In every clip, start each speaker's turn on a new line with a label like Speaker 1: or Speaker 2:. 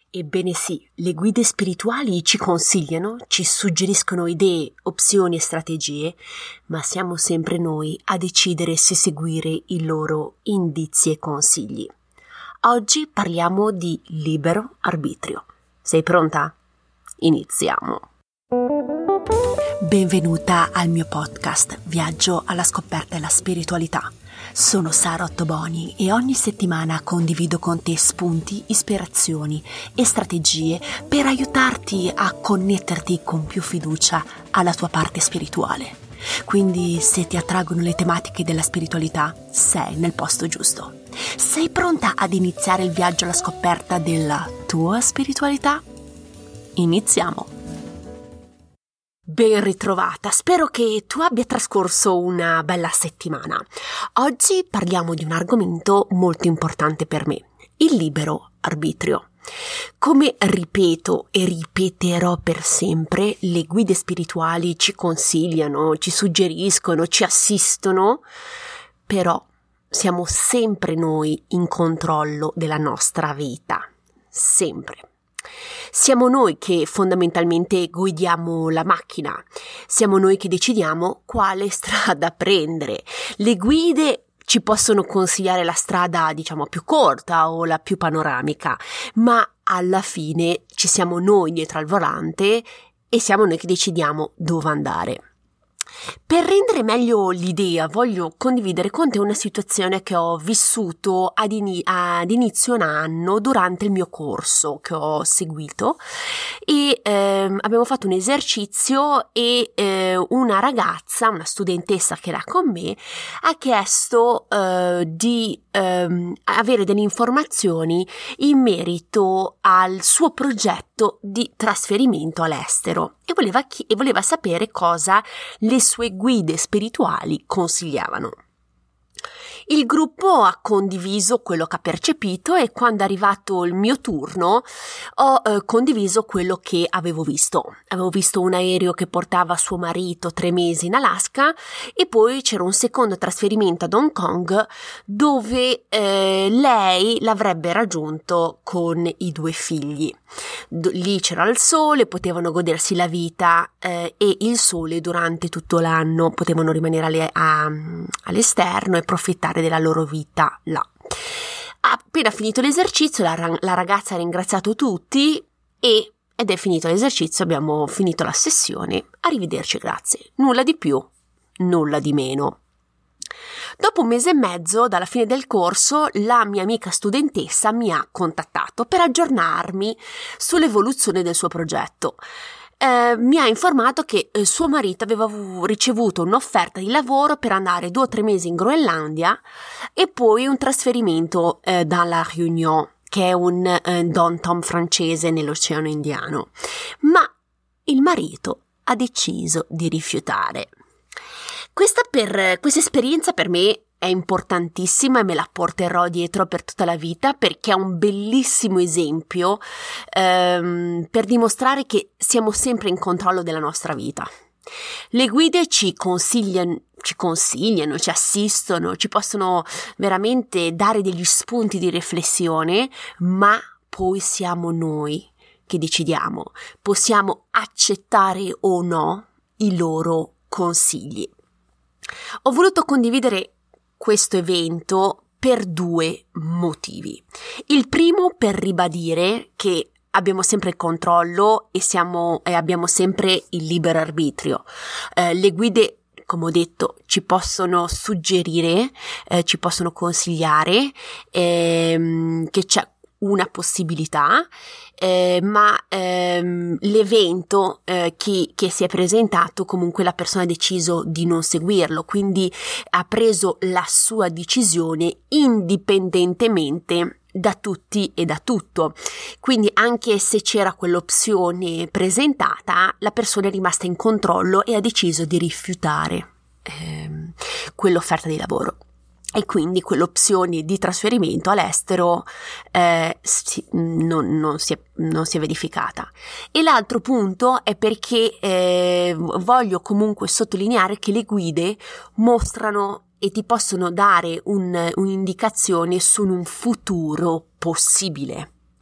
Speaker 1: Ebbene sì, le guide spirituali ci consigliano, ci suggeriscono idee, opzioni e strategie, ma siamo sempre noi a decidere se seguire i loro indizi e consigli. Oggi parliamo di libero arbitrio. Sei pronta? Iniziamo! Benvenuta al mio podcast Viaggio alla scoperta della spiritualità. Sono Sara Ottoboni e ogni settimana condivido con te spunti, ispirazioni e strategie per aiutarti a connetterti con più fiducia alla tua parte spirituale. Quindi se ti attraggono le tematiche della spiritualità, sei nel posto giusto. Sei pronta ad iniziare il viaggio alla scoperta della tua spiritualità? Iniziamo! Ben ritrovata, spero che tu abbia trascorso una bella settimana. Oggi parliamo di un argomento molto importante per me, il libero arbitrio. Come ripeto e ripeterò per sempre, le guide spirituali ci consigliano, ci suggeriscono, ci assistono, però siamo sempre noi in controllo della nostra vita, sempre. Siamo noi che fondamentalmente guidiamo la macchina, siamo noi che decidiamo quale strada prendere. Le guide ci possono consigliare la strada, più corta o la più panoramica, ma alla fine ci siamo noi dietro al volante e siamo noi che decidiamo dove andare. Per rendere meglio l'idea, voglio condividere con te una situazione che ho vissuto ad inizio un anno durante il mio corso che ho seguito e abbiamo fatto un esercizio e una ragazza, una studentessa che era con me, ha chiesto di avere delle informazioni in merito al suo progetto di trasferimento all'estero e voleva sapere cosa le sue guide spirituali consigliavano. Il gruppo ha condiviso quello che ha percepito e quando è arrivato il mio turno ho condiviso quello che avevo visto. Avevo visto un aereo che portava suo marito 3 mesi in Alaska e poi c'era un secondo trasferimento ad Hong Kong dove lei l'avrebbe raggiunto con i 2 figli. Lì c'era il sole, potevano godersi la vita e il sole durante tutto l'anno, potevano rimanere all'esterno e approfittare della loro vita là. Appena finito l'esercizio la ragazza ha ringraziato tutti ed è finito l'esercizio, abbiamo finito la sessione, arrivederci, grazie, nulla di più, nulla di meno. Dopo 1 mese e mezzo dalla fine del corso, la mia amica studentessa mi ha contattato per aggiornarmi sull'evoluzione del suo progetto. Mi ha informato che suo marito aveva ricevuto un'offerta di lavoro per andare 2 o 3 mesi in Groenlandia e poi un trasferimento dalla Réunion, che è un downtown francese nell'Oceano Indiano. Ma il marito ha deciso di rifiutare. Questa esperienza per me è importantissima e me la porterò dietro per tutta la vita perché è un bellissimo esempio per dimostrare che siamo sempre in controllo della nostra vita. Le guide ci consigliano, ci assistono, ci possono veramente dare degli spunti di riflessione, ma poi siamo noi che decidiamo, possiamo accettare o no i loro consigli. Ho voluto condividere questo evento per 2 motivi. Il primo per ribadire che abbiamo sempre il controllo e abbiamo sempre il libero arbitrio. Le guide, come ho detto, ci possono suggerire, ci possono consigliare che c'è una possibilità, ma l'evento che si è presentato, comunque la persona ha deciso di non seguirlo, quindi ha preso la sua decisione indipendentemente da tutti e da tutto. Quindi anche se c'era quell'opzione presentata, la persona è rimasta in controllo e ha deciso di rifiutare quell'offerta di lavoro. E quindi quell'opzione di trasferimento all'estero non si è verificata. E l'altro punto è perché voglio comunque sottolineare che le guide mostrano e ti possono dare un'indicazione su un futuro possibile.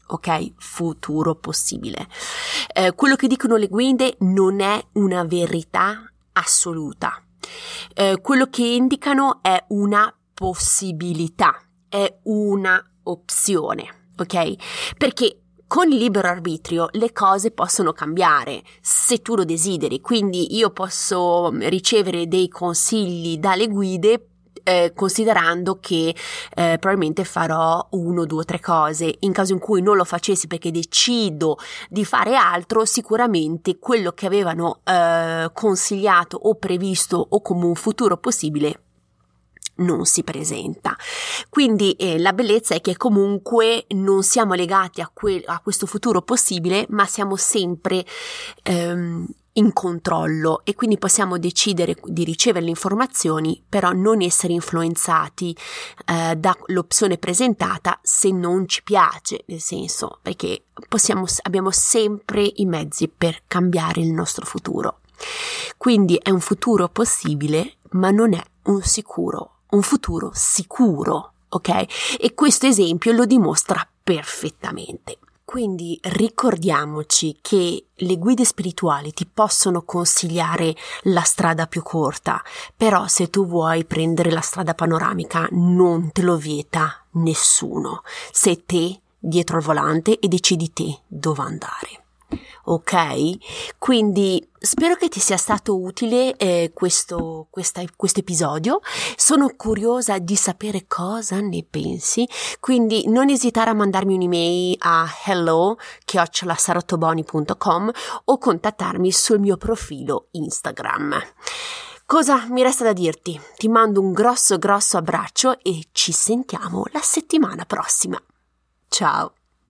Speaker 1: ok? Futuro possibile. Quello che dicono le guide non è una verità assoluta. Quello che indicano è una possibilità, è una opzione, ok? Perché con il libero arbitrio le cose possono cambiare se tu lo desideri, quindi io posso ricevere dei consigli dalle guide considerando che probabilmente farò 1, 2, 3 cose. In caso in cui non lo facessi perché decido di fare altro, sicuramente quello che avevano consigliato o previsto o come un futuro possibile non si presenta. Quindi la bellezza è che comunque non siamo legati a questo futuro possibile, ma siamo sempre in controllo e quindi possiamo decidere di ricevere le informazioni, però non essere influenzati dall'opzione presentata se non ci piace, nel senso, perché abbiamo sempre i mezzi per cambiare il nostro futuro. Quindi è un futuro possibile, ma non è un futuro sicuro, ok? E questo esempio lo dimostra perfettamente. Quindi ricordiamoci che le guide spirituali ti possono consigliare la strada più corta, però se tu vuoi prendere la strada panoramica non te lo vieta nessuno. Sei te dietro al volante e decidi te dove andare. Ok? Quindi spero che ti sia stato utile questo episodio. Sono curiosa di sapere cosa ne pensi, quindi non esitare a mandarmi un'email a hello@sarottoboni.com o contattarmi sul mio profilo Instagram. Cosa mi resta da dirti? Ti mando un grosso abbraccio e ci sentiamo la settimana prossima. Ciao!